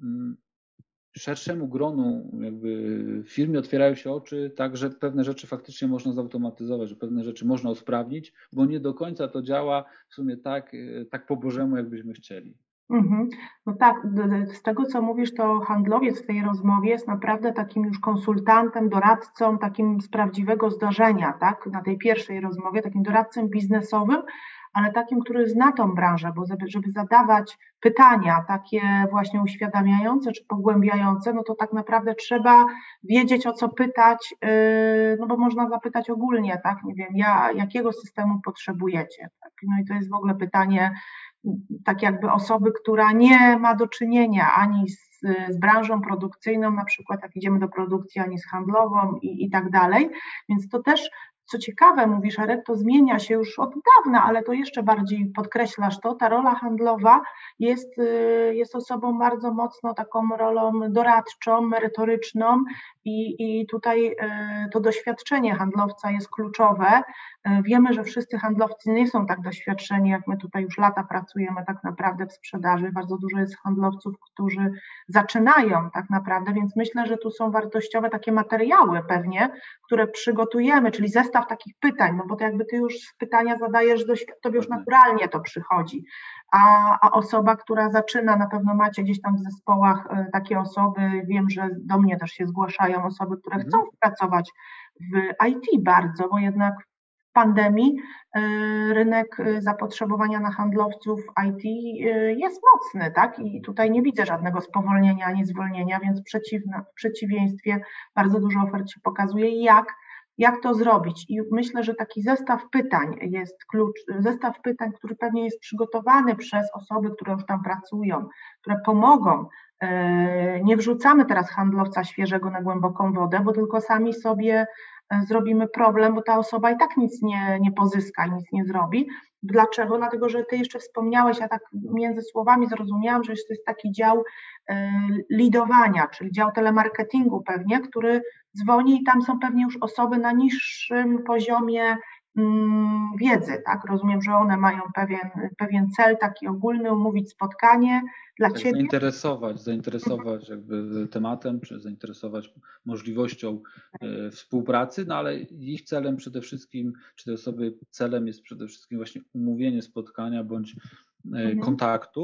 szerszemu gronu jakby firmy otwierają się oczy tak, że pewne rzeczy faktycznie można zautomatyzować, że pewne rzeczy można usprawnić, bo nie do końca to działa w sumie tak, tak po bożemu, jakbyśmy chcieli. Mhm. No tak, z tego co mówisz, to handlowiec w tej rozmowie jest naprawdę takim już konsultantem, doradcą, takim z prawdziwego zdarzenia, tak? Na tej pierwszej rozmowie, takim doradcą biznesowym, ale takim, który zna tą branżę, bo żeby, żeby zadawać pytania takie właśnie uświadamiające czy pogłębiające, no to tak naprawdę trzeba wiedzieć, o co pytać, no bo można zapytać ogólnie, tak? Nie wiem, ja, jakiego systemu potrzebujecie, tak? No i to jest w ogóle pytanie tak jakby osoby, która nie ma do czynienia ani z, z branżą produkcyjną, na przykład jak idziemy do produkcji, ani z handlową i, i tak dalej, więc to też, co ciekawe, mówisz, Arek, to zmienia się już od dawna, ale to jeszcze bardziej podkreślasz to, ta rola handlowa jest, jest osobą bardzo mocno taką rolą doradczą, merytoryczną i, i tutaj to doświadczenie handlowca jest kluczowe. Wiemy, że wszyscy handlowcy nie są tak doświadczeni, jak my tutaj już lata pracujemy tak naprawdę w sprzedaży. Bardzo dużo jest handlowców, którzy zaczynają tak naprawdę, więc myślę, że tu są wartościowe takie materiały pewnie, które przygotujemy, czyli zestaw takich pytań, no bo to jakby ty już pytania zadajesz, tobie już naturalnie to przychodzi, a, a osoba, która zaczyna, na pewno macie gdzieś tam w zespołach takie osoby, wiem, że do mnie też się zgłaszają osoby, które chcą pracować w I T bardzo, bo jednak w pandemii rynek zapotrzebowania na handlowców I T jest mocny, tak? I tutaj nie widzę żadnego spowolnienia ani zwolnienia, więc przeciwne, w przeciwieństwie bardzo dużo ofert się pokazuje, jak, jak to zrobić. I myślę, że taki zestaw pytań jest klucz, zestaw pytań, który pewnie jest przygotowany przez osoby, które już tam pracują, które pomogą. Nie wrzucamy teraz handlowca świeżego na głęboką wodę, bo tylko sami sobie zrobimy problem, bo ta osoba i tak nic nie, nie pozyska i nic nie zrobi. Dlaczego? Dlatego, że ty jeszcze wspomniałeś, ja tak między słowami zrozumiałam, że to jest taki dział lidowania, czyli dział telemarketingu pewnie, który dzwoni i tam są pewnie już osoby na niższym poziomie wiedzy, tak? Rozumiem, że one mają pewien, pewien cel taki ogólny, umówić spotkanie dla tak, ciebie. Zainteresować, zainteresować jakby tematem, czy zainteresować możliwością e, współpracy, no ale ich celem przede wszystkim, czy tej osoby celem jest przede wszystkim właśnie umówienie spotkania bądź e, Mhm. kontaktu,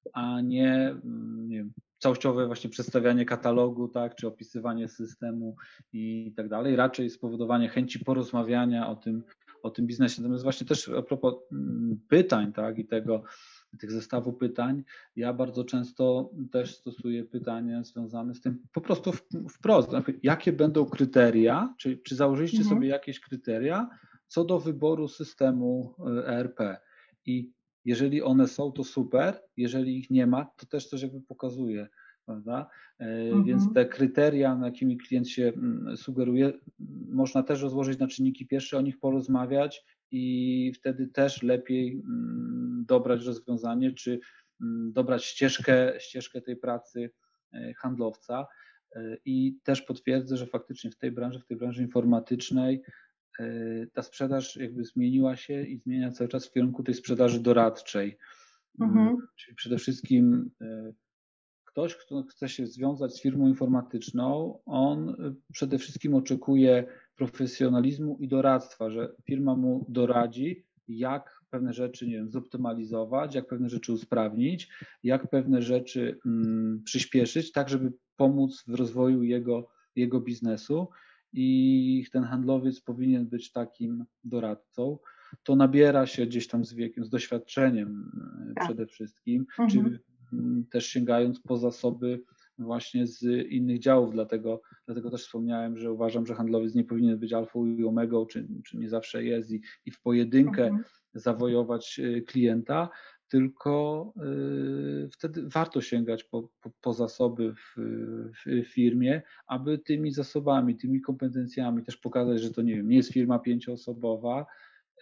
a nie, nie wiem, całościowe właśnie przedstawianie katalogu, tak, czy opisywanie systemu i tak dalej, raczej spowodowanie chęci porozmawiania o tym, o tym biznesie. Natomiast właśnie też a propos pytań, tak, i tego, tych zestawu pytań, ja bardzo często też stosuję pytania związane z tym po prostu wprost, jakie będą kryteria, czy, czy założyliście mhm. sobie jakieś kryteria co do wyboru systemu E R P i jeżeli one są, to super, jeżeli ich nie ma, to też coś jakby pokazuje, prawda? Mhm. Więc te kryteria, na jakimi klient się sugeruje, można też rozłożyć na czynniki pierwsze, o nich porozmawiać i wtedy też lepiej dobrać rozwiązanie, czy dobrać ścieżkę, ścieżkę tej pracy handlowca. I też potwierdzę, że faktycznie w tej branży, w tej branży informatycznej ta sprzedaż jakby zmieniła się i zmienia cały czas w kierunku tej sprzedaży doradczej. Mhm. Czyli przede wszystkim ktoś, kto chce się związać z firmą informatyczną, on przede wszystkim oczekuje profesjonalizmu i doradztwa, że firma mu doradzi, jak pewne rzeczy, nie wiem, zoptymalizować, jak pewne rzeczy usprawnić, jak pewne rzeczy um, przyspieszyć, tak żeby pomóc w rozwoju jego, jego biznesu. I ten handlowiec powinien być takim doradcą. To nabiera się gdzieś tam z wiekiem, z doświadczeniem tak. przede wszystkim, mhm. czy też sięgając po zasoby właśnie z innych działów, dlatego, dlatego też wspomniałem, że uważam, że handlowiec nie powinien być alfą i omegą, czy, czy nie zawsze jest i, i w pojedynkę mhm. zawojować klienta, tylko y, wtedy warto sięgać po, po, po zasoby w, w firmie, aby tymi zasobami, tymi kompetencjami też pokazać, że to nie wiem, nie jest firma pięcioosobowa y,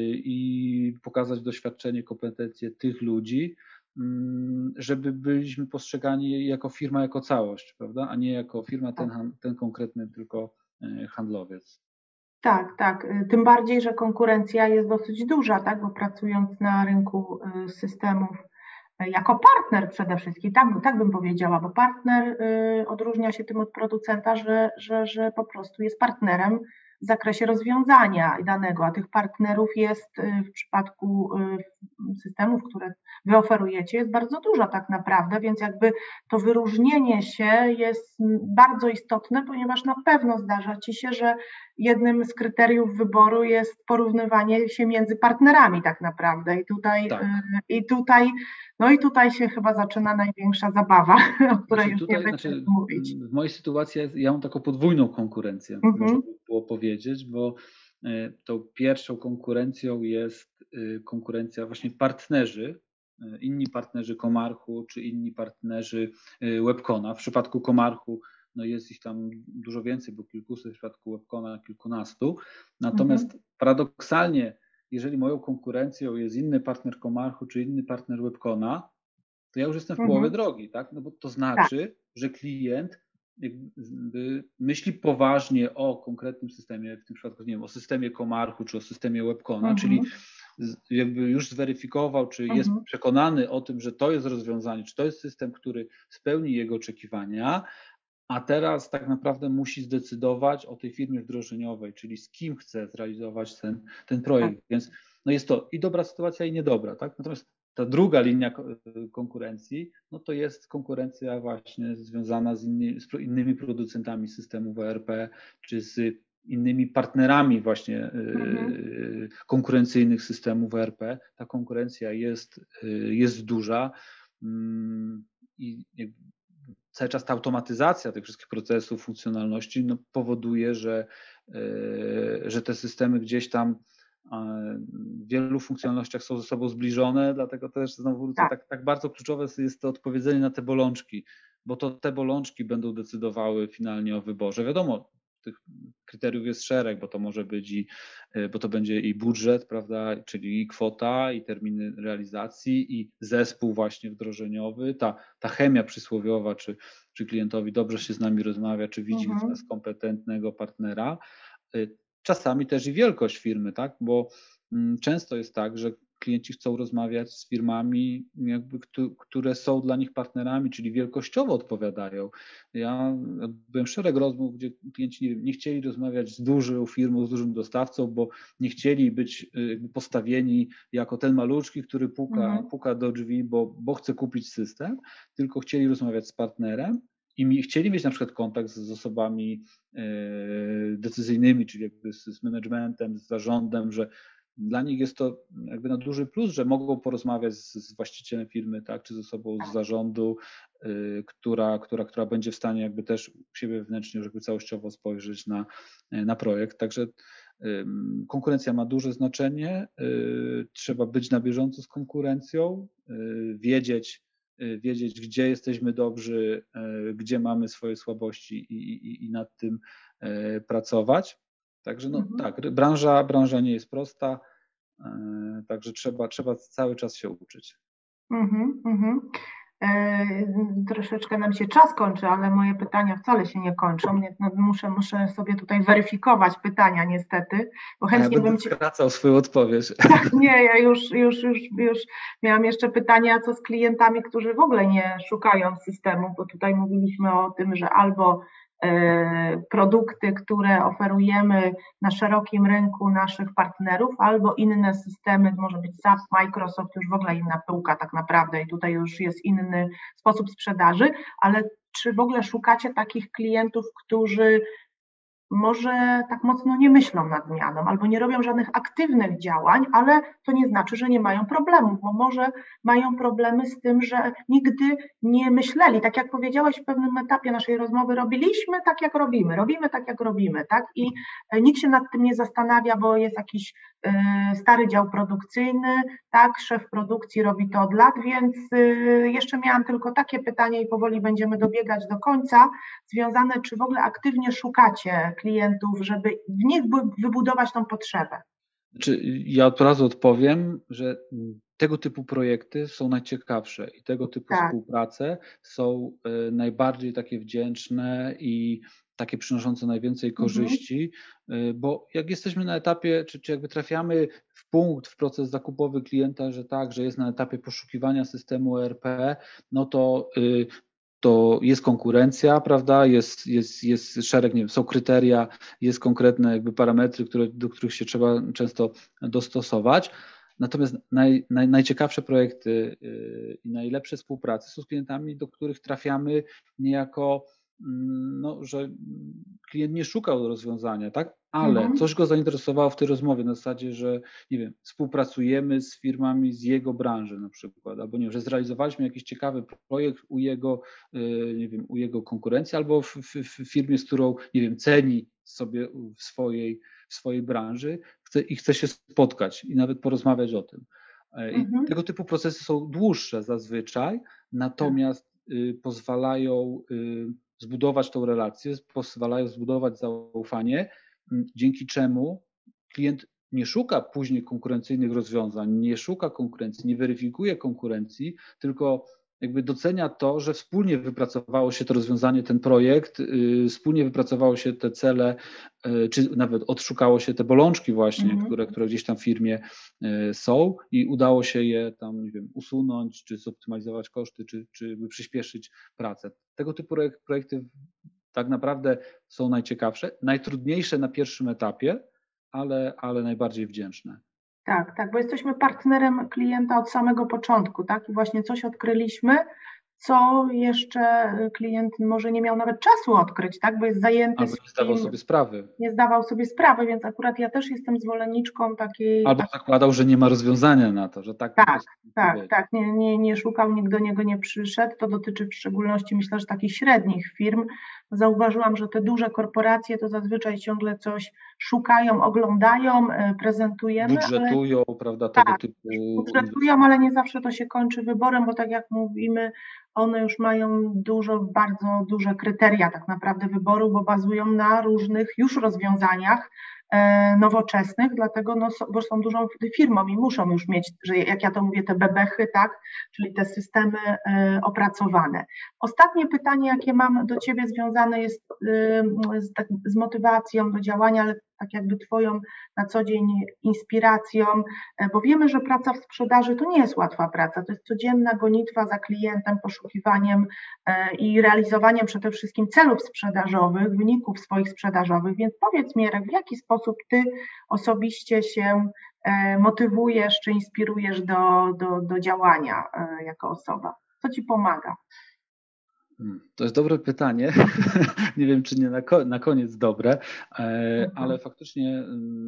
i pokazać doświadczenie, kompetencje tych ludzi, y, żeby byliśmy postrzegani jako firma, jako całość, prawda, a nie jako firma ten, ten konkretny tylko handlowiec. Tak, tak. Tym bardziej, że konkurencja jest dosyć duża, tak? Bo pracując na rynku systemów jako partner przede wszystkim, tak, tak bym powiedziała, bo partner odróżnia się tym od producenta, że, że, że po prostu jest partnerem w zakresie rozwiązania danego, a tych partnerów jest w przypadku systemów, które wy oferujecie, jest bardzo dużo tak naprawdę, więc jakby to wyróżnienie się jest bardzo istotne, ponieważ na pewno zdarza ci się, że jednym z kryteriów wyboru jest porównywanie się między partnerami tak naprawdę i tutaj, tak. i tutaj no i tutaj się chyba zaczyna największa zabawa, o której znaczy, już tutaj, nie będę znaczy, mówić. W mojej sytuacji ja mam taką podwójną konkurencję, mhm. można by było powiedzieć, bo tą pierwszą konkurencją jest konkurencja właśnie partnerzy, inni partnerzy Comarchu czy inni partnerzy Webcona. W przypadku Comarchu no jest ich tam dużo więcej, bo kilkuset, w przypadku Webcona kilkunastu. Natomiast mhm. paradoksalnie, jeżeli moją konkurencją jest inny partner Comarchu czy inny partner Webcona, to ja już jestem w mhm. połowie drogi, tak? No bo to znaczy, tak. że klient jakby myśli poważnie o konkretnym systemie, w tym przypadku nie wiem, o systemie Comarchu czy o systemie Webcona, mhm. czyli jakby już zweryfikował, czy mhm. jest przekonany o tym, że to jest rozwiązanie, czy to jest system, który spełni jego oczekiwania, a teraz tak naprawdę musi zdecydować o tej firmie wdrożeniowej, czyli z kim chce zrealizować ten, ten projekt. Tak. Więc no jest to i dobra sytuacja, i niedobra, tak? Natomiast ta druga linia konkurencji, no to jest konkurencja właśnie związana z, inny, z innymi producentami systemów E R P, czy z innymi partnerami właśnie mhm. konkurencyjnych systemów E R P. Ta konkurencja jest, jest duża i cały czas ta automatyzacja tych wszystkich procesów, funkcjonalności no, powoduje, że, że te systemy gdzieś tam w wielu funkcjonalnościach są ze sobą zbliżone, dlatego też znowu wrócę, tak. Tak, tak bardzo kluczowe jest to odpowiedzenie na te bolączki, bo to te bolączki będą decydowały finalnie o wyborze. Wiadomo, tych kryteriów jest szereg, bo to może być i, bo to będzie i budżet, prawda, czyli i kwota, i terminy realizacji, i zespół właśnie wdrożeniowy, ta, ta chemia przysłowiowa, czy, czy klientowi dobrze się z nami rozmawia, czy widzi mhm. w nas kompetentnego partnera. Czasami też i wielkość firmy, tak, bo często jest tak, że klienci chcą rozmawiać z firmami, jakby, które są dla nich partnerami, czyli wielkościowo odpowiadają. Ja byłem szereg rozmów, gdzie klienci nie, nie chcieli rozmawiać z dużą firmą, z dużym dostawcą, bo nie chcieli być jakby postawieni jako ten maluczki, który puka, mhm. puka do drzwi, bo, bo chce kupić system, tylko chcieli rozmawiać z partnerem i mi, chcieli mieć na przykład kontakt z, z osobami e, decyzyjnymi, czyli jakby z, z managementem, z zarządem, że dla nich jest to jakby na duży plus, że mogą porozmawiać z, z właścicielem firmy, tak, czy z osobą z zarządu, y, która, która, która będzie w stanie jakby też u siebie wewnętrznie jakby całościowo spojrzeć na, na projekt. Także y, konkurencja ma duże znaczenie, y, trzeba być na bieżąco z konkurencją, y, wiedzieć, y, wiedzieć, gdzie jesteśmy dobrzy, y, gdzie mamy swoje słabości i, i, i nad tym y, pracować. Także no mhm. tak, branża, branża nie jest prosta, yy, także trzeba, trzeba cały czas się uczyć. Mhm, mhm. Yy, troszeczkę nam się czas kończy, ale moje pytania wcale się nie kończą. Nie, no, muszę, muszę sobie tutaj weryfikować pytania niestety, bo chętnie ja bym Ci... skracał swoją odpowiedź. Nie, ja już, już, już, już miałam jeszcze pytania, co z klientami, którzy w ogóle nie szukają systemu, bo tutaj mówiliśmy o tym, że albo produkty, które oferujemy na szerokim rynku naszych partnerów, albo inne systemy, może być S A P, Microsoft, już w ogóle inna półka tak naprawdę i tutaj już jest inny sposób sprzedaży, ale czy w ogóle szukacie takich klientów, którzy może tak mocno nie myślą nad zmianą albo nie robią żadnych aktywnych działań, ale to nie znaczy, że nie mają problemów, bo może mają problemy z tym, że nigdy nie myśleli. Tak jak powiedziałaś w pewnym etapie naszej rozmowy, robiliśmy tak jak robimy, robimy tak jak robimy, tak? I nikt się nad tym nie zastanawia, bo jest jakiś y, stary dział produkcyjny, tak? Szef produkcji robi to od lat, więc y, jeszcze miałam tylko takie pytanie i powoli będziemy dobiegać do końca, związane, czy w ogóle aktywnie szukacie klientów, żeby w nich wybudować tą potrzebę? Znaczy, ja od razu odpowiem, że tego typu projekty są najciekawsze i tego typu tak. współprace są najbardziej takie wdzięczne i takie przynoszące najwięcej korzyści, mhm. bo jak jesteśmy na etapie, czy, czy jakby trafiamy w punkt, w proces zakupowy klienta, że tak, że jest na etapie poszukiwania systemu E R P, no to y, to jest konkurencja, prawda, jest, jest, jest szereg, nie wiem, są kryteria, jest konkretne jakby parametry, które, do których się trzeba często dostosować. Natomiast naj, naj, najciekawsze projekty yy, i najlepsze współprace są z klientami, do których trafiamy niejako, no, że klient nie szukał rozwiązania, tak? Ale mhm. coś go zainteresowało w tej rozmowie na zasadzie, że nie wiem, współpracujemy z firmami z jego branży na przykład, albo nie wiem, że zrealizowaliśmy jakiś ciekawy projekt u jego, nie wiem, u jego konkurencji, albo w, w, w firmie, z którą, nie wiem, ceni sobie w swojej, w swojej branży chce, i chce się spotkać i nawet porozmawiać o tym. I mhm. tego typu procesy są dłuższe zazwyczaj, natomiast y, pozwalają y, zbudować tą relację, pozwalają zbudować zaufanie, dzięki czemu klient nie szuka później konkurencyjnych rozwiązań, nie szuka konkurencji, nie weryfikuje konkurencji, tylko jakby docenia to, że wspólnie wypracowało się to rozwiązanie, ten projekt, yy, wspólnie wypracowało się te cele, yy, czy nawet odszukało się te bolączki właśnie, mm-hmm. które, które gdzieś tam w firmie yy, są i udało się je tam, nie wiem, usunąć, czy zoptymalizować koszty, czy, czy przyspieszyć pracę. Tego typu projekty tak naprawdę są najciekawsze, najtrudniejsze na pierwszym etapie, ale, ale najbardziej wdzięczne. Tak, tak, bo jesteśmy partnerem klienta od samego początku, tak? I właśnie coś odkryliśmy, co jeszcze klient może nie miał nawet czasu odkryć, tak? Bo jest zajęty. Albo nie zdawał sobie sprawy. Nie zdawał sobie sprawy, więc akurat ja też jestem zwolenniczką takiej. Albo zakładał, że nie ma rozwiązania na to, że tak. Tak, tak, być. tak. Nie, nie, nie szukał, nikt do niego nie przyszedł. To dotyczy w szczególności, myślę, że takich średnich firm. Zauważyłam, że te duże korporacje to zazwyczaj ciągle coś szukają, oglądają, prezentujemy. Budżetują, ale... prawda, tego tak, typu. Budżetują, ale nie zawsze to się kończy wyborem, bo tak jak mówimy, one już mają dużo, bardzo duże kryteria tak naprawdę wyboru, bo bazują na różnych już rozwiązaniach e, nowoczesnych, dlatego no, bo są dużą firmą i muszą już mieć, że jak ja to mówię, te bebechy, tak, czyli te systemy e, opracowane. Ostatnie pytanie, jakie mam do Ciebie związane jest e, z, tak, z motywacją do działania, ale tak jakby Twoją na co dzień inspiracją, bo wiemy, że praca w sprzedaży to nie jest łatwa praca, to jest codzienna gonitwa za klientem, poszukiwaniem i realizowaniem przede wszystkim celów sprzedażowych, wyników swoich sprzedażowych, więc powiedz mi, Jarek, w jaki sposób Ty osobiście się motywujesz czy inspirujesz do, do, do działania jako osoba? Co Ci pomaga? To jest dobre pytanie. Nie wiem, czy nie na, ko- na koniec dobre, ale faktycznie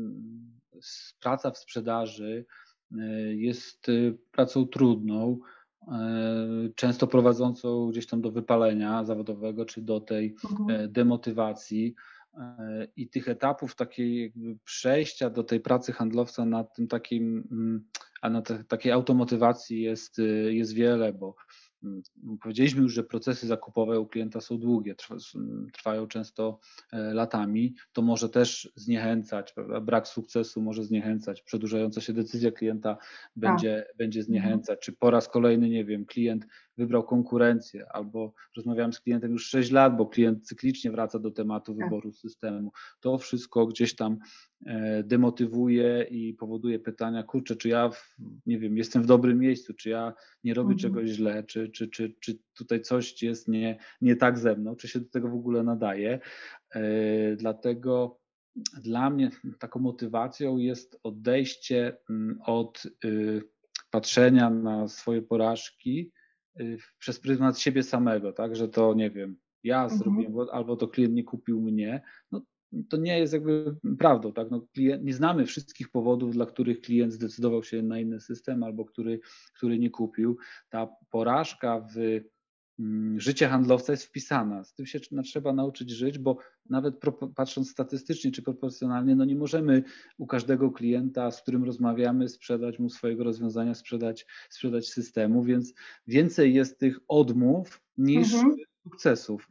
praca w sprzedaży jest pracą trudną, często prowadzącą gdzieś tam do wypalenia zawodowego, czy do tej demotywacji. I tych etapów takiej jakby przejścia do tej pracy handlowca na tym takim, a na te, takiej automotywacji jest, jest wiele, bo powiedzieliśmy już, że procesy zakupowe u klienta są długie, trwają często latami, to może też zniechęcać, prawda? Brak sukcesu może zniechęcać, przedłużająca się decyzja klienta będzie, tak. będzie zniechęcać, czy po raz kolejny, nie wiem, klient wybrał konkurencję, albo rozmawiałem z klientem już sześć lat, bo klient cyklicznie wraca do tematu wyboru systemu. To wszystko gdzieś tam demotywuje i powoduje pytania, kurczę, czy ja, w, nie wiem, jestem w dobrym miejscu, czy ja nie robię mhm. czegoś źle, czy, czy, czy, czy tutaj coś jest nie, nie tak ze mną, czy się do tego w ogóle nadaje. Yy, dlatego dla mnie taką motywacją jest odejście od yy, patrzenia na swoje porażki yy, przez pryzmat siebie samego, tak, że to, nie wiem, ja mhm. zrobiłem, albo to klient nie kupił mnie, no to nie jest jakby prawdą, tak? No, klient, nie znamy wszystkich powodów, dla których klient zdecydował się na inny system albo który, który nie kupił. Ta porażka w mm, życie handlowca jest wpisana. Z tym się trzeba nauczyć żyć, bo nawet pro, patrząc statystycznie czy proporcjonalnie, no nie możemy u każdego klienta, z którym rozmawiamy, sprzedać mu swojego rozwiązania, sprzedać, sprzedać systemu, więc więcej jest tych odmów niż mhm. sukcesów.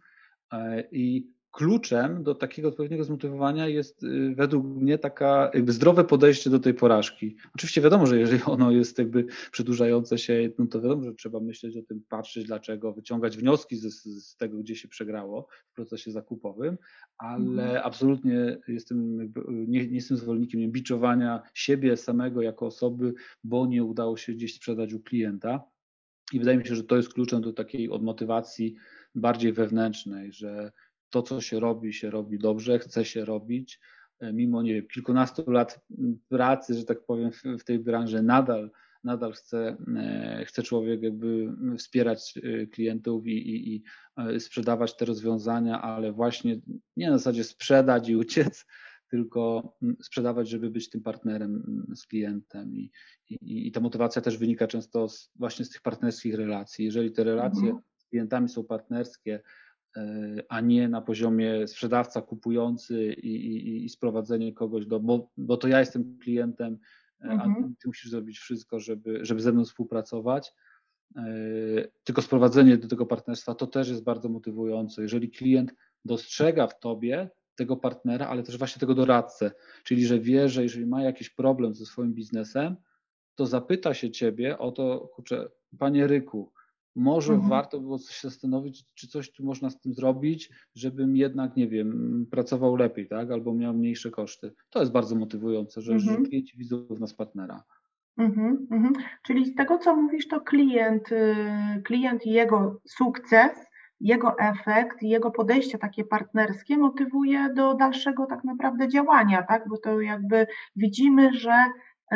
I kluczem do takiego odpowiedniego zmotywowania jest według mnie taka jakby zdrowe podejście do tej porażki. Oczywiście wiadomo, że jeżeli ono jest jakby przedłużające się, no to wiadomo, że trzeba myśleć o tym, patrzeć dlaczego, wyciągać wnioski z, z tego, gdzie się przegrało w procesie zakupowym, ale mhm. absolutnie jestem jakby, nie, nie jestem zwolennikiem nie, biczowania siebie samego jako osoby, bo nie udało się gdzieś sprzedać u klienta. I wydaje mi się, że to jest kluczem do takiej odmotywacji bardziej wewnętrznej, że to, co się robi, się robi dobrze, chce się robić, mimo, nie wiem, kilkunastu lat pracy, że tak powiem, w tej branży nadal, nadal chce, chce człowiek jakby wspierać klientów i, i, i sprzedawać te rozwiązania, ale właśnie nie na zasadzie sprzedać i uciec, tylko sprzedawać, żeby być tym partnerem z klientem i, i, i ta motywacja też wynika często z, właśnie z tych partnerskich relacji. Jeżeli te relacje mhm. z klientami są partnerskie, a nie na poziomie sprzedawca kupujący i, i, i sprowadzenie kogoś do, bo, bo to ja jestem klientem, mhm. a ty musisz zrobić wszystko, żeby, żeby ze mną współpracować. Tylko sprowadzenie do tego partnerstwa to też jest bardzo motywujące. Jeżeli klient dostrzega w tobie tego partnera, ale też właśnie tego doradcę, czyli że wie, że jeżeli ma jakiś problem ze swoim biznesem, to zapyta się ciebie o to, kurczę, panie Ryku, może mhm. warto było coś się zastanowić, czy coś tu można z tym zrobić, żebym jednak, nie wiem, pracował lepiej, tak? Albo miał mniejsze koszty. To jest bardzo motywujące, że, mhm. że klienci widzą w nas partnera. Mhm, mhm. Czyli z tego, co mówisz, to klient, klient i jego sukces, jego efekt, jego podejście takie partnerskie motywuje do dalszego tak naprawdę działania, tak? Bo to jakby widzimy, że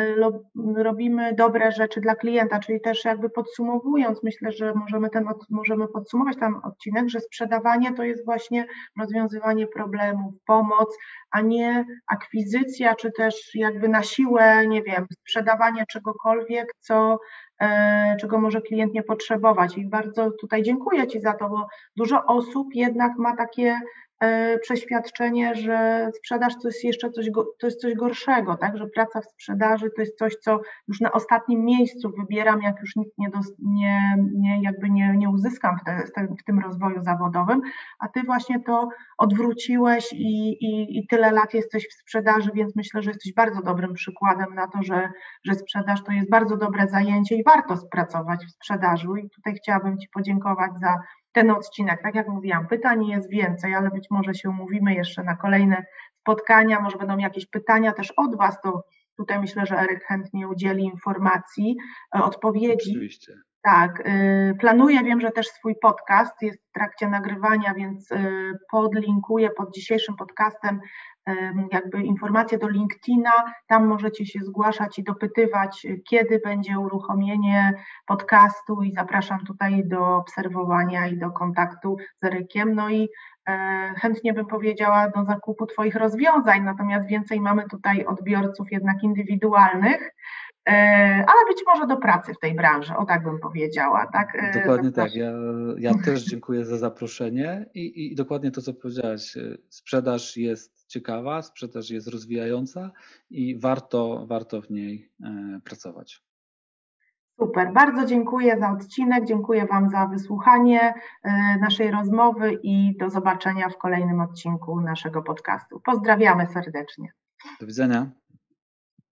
robimy dobre rzeczy dla klienta, czyli też jakby podsumowując, myślę, że możemy, ten, możemy podsumować ten odcinek, że sprzedawanie to jest właśnie rozwiązywanie problemów, pomoc, a nie akwizycja, czy też jakby na siłę, nie wiem, sprzedawanie czegokolwiek, co, e, czego może klient nie potrzebować. I bardzo tutaj dziękuję Ci za to, bo dużo osób jednak ma takie przeświadczenie, że sprzedaż to jest jeszcze coś, to jest coś gorszego, tak, że praca w sprzedaży to jest coś, co już na ostatnim miejscu wybieram, jak już nic nie, dos, nie, nie jakby nie, nie uzyskam w, te, w tym rozwoju zawodowym, a Ty właśnie to odwróciłeś i, i, i tyle lat jesteś w sprzedaży, więc myślę, że jesteś bardzo dobrym przykładem na to, że, że sprzedaż to jest bardzo dobre zajęcie i warto pracować w sprzedaży i tutaj chciałabym Ci podziękować za ten odcinek. Tak jak mówiłam, pytań jest więcej, ale być może się umówimy jeszcze na kolejne spotkania, może będą jakieś pytania też od Was, to tutaj myślę, że Eryk chętnie udzieli informacji, odpowiedzi. Oczywiście. Tak, planuję, wiem, że też swój podcast jest w trakcie nagrywania, więc podlinkuję pod dzisiejszym podcastem jakby informacje do LinkedIna, tam możecie się zgłaszać i dopytywać, kiedy będzie uruchomienie podcastu i zapraszam tutaj do obserwowania i do kontaktu z Erykiem. No i chętnie bym powiedziała do zakupu Twoich rozwiązań, natomiast więcej mamy tutaj odbiorców jednak indywidualnych, ale być może do pracy w tej branży, o tak bym powiedziała. Tak? Dokładnie tak, ja, ja też dziękuję za zaproszenie i, i dokładnie to, co powiedziałaś, sprzedaż jest ciekawa, sprzedaż jest rozwijająca i warto, warto w niej pracować. Super, bardzo dziękuję za odcinek, dziękuję Wam za wysłuchanie naszej rozmowy i do zobaczenia w kolejnym odcinku naszego podcastu. Pozdrawiamy serdecznie. Do widzenia.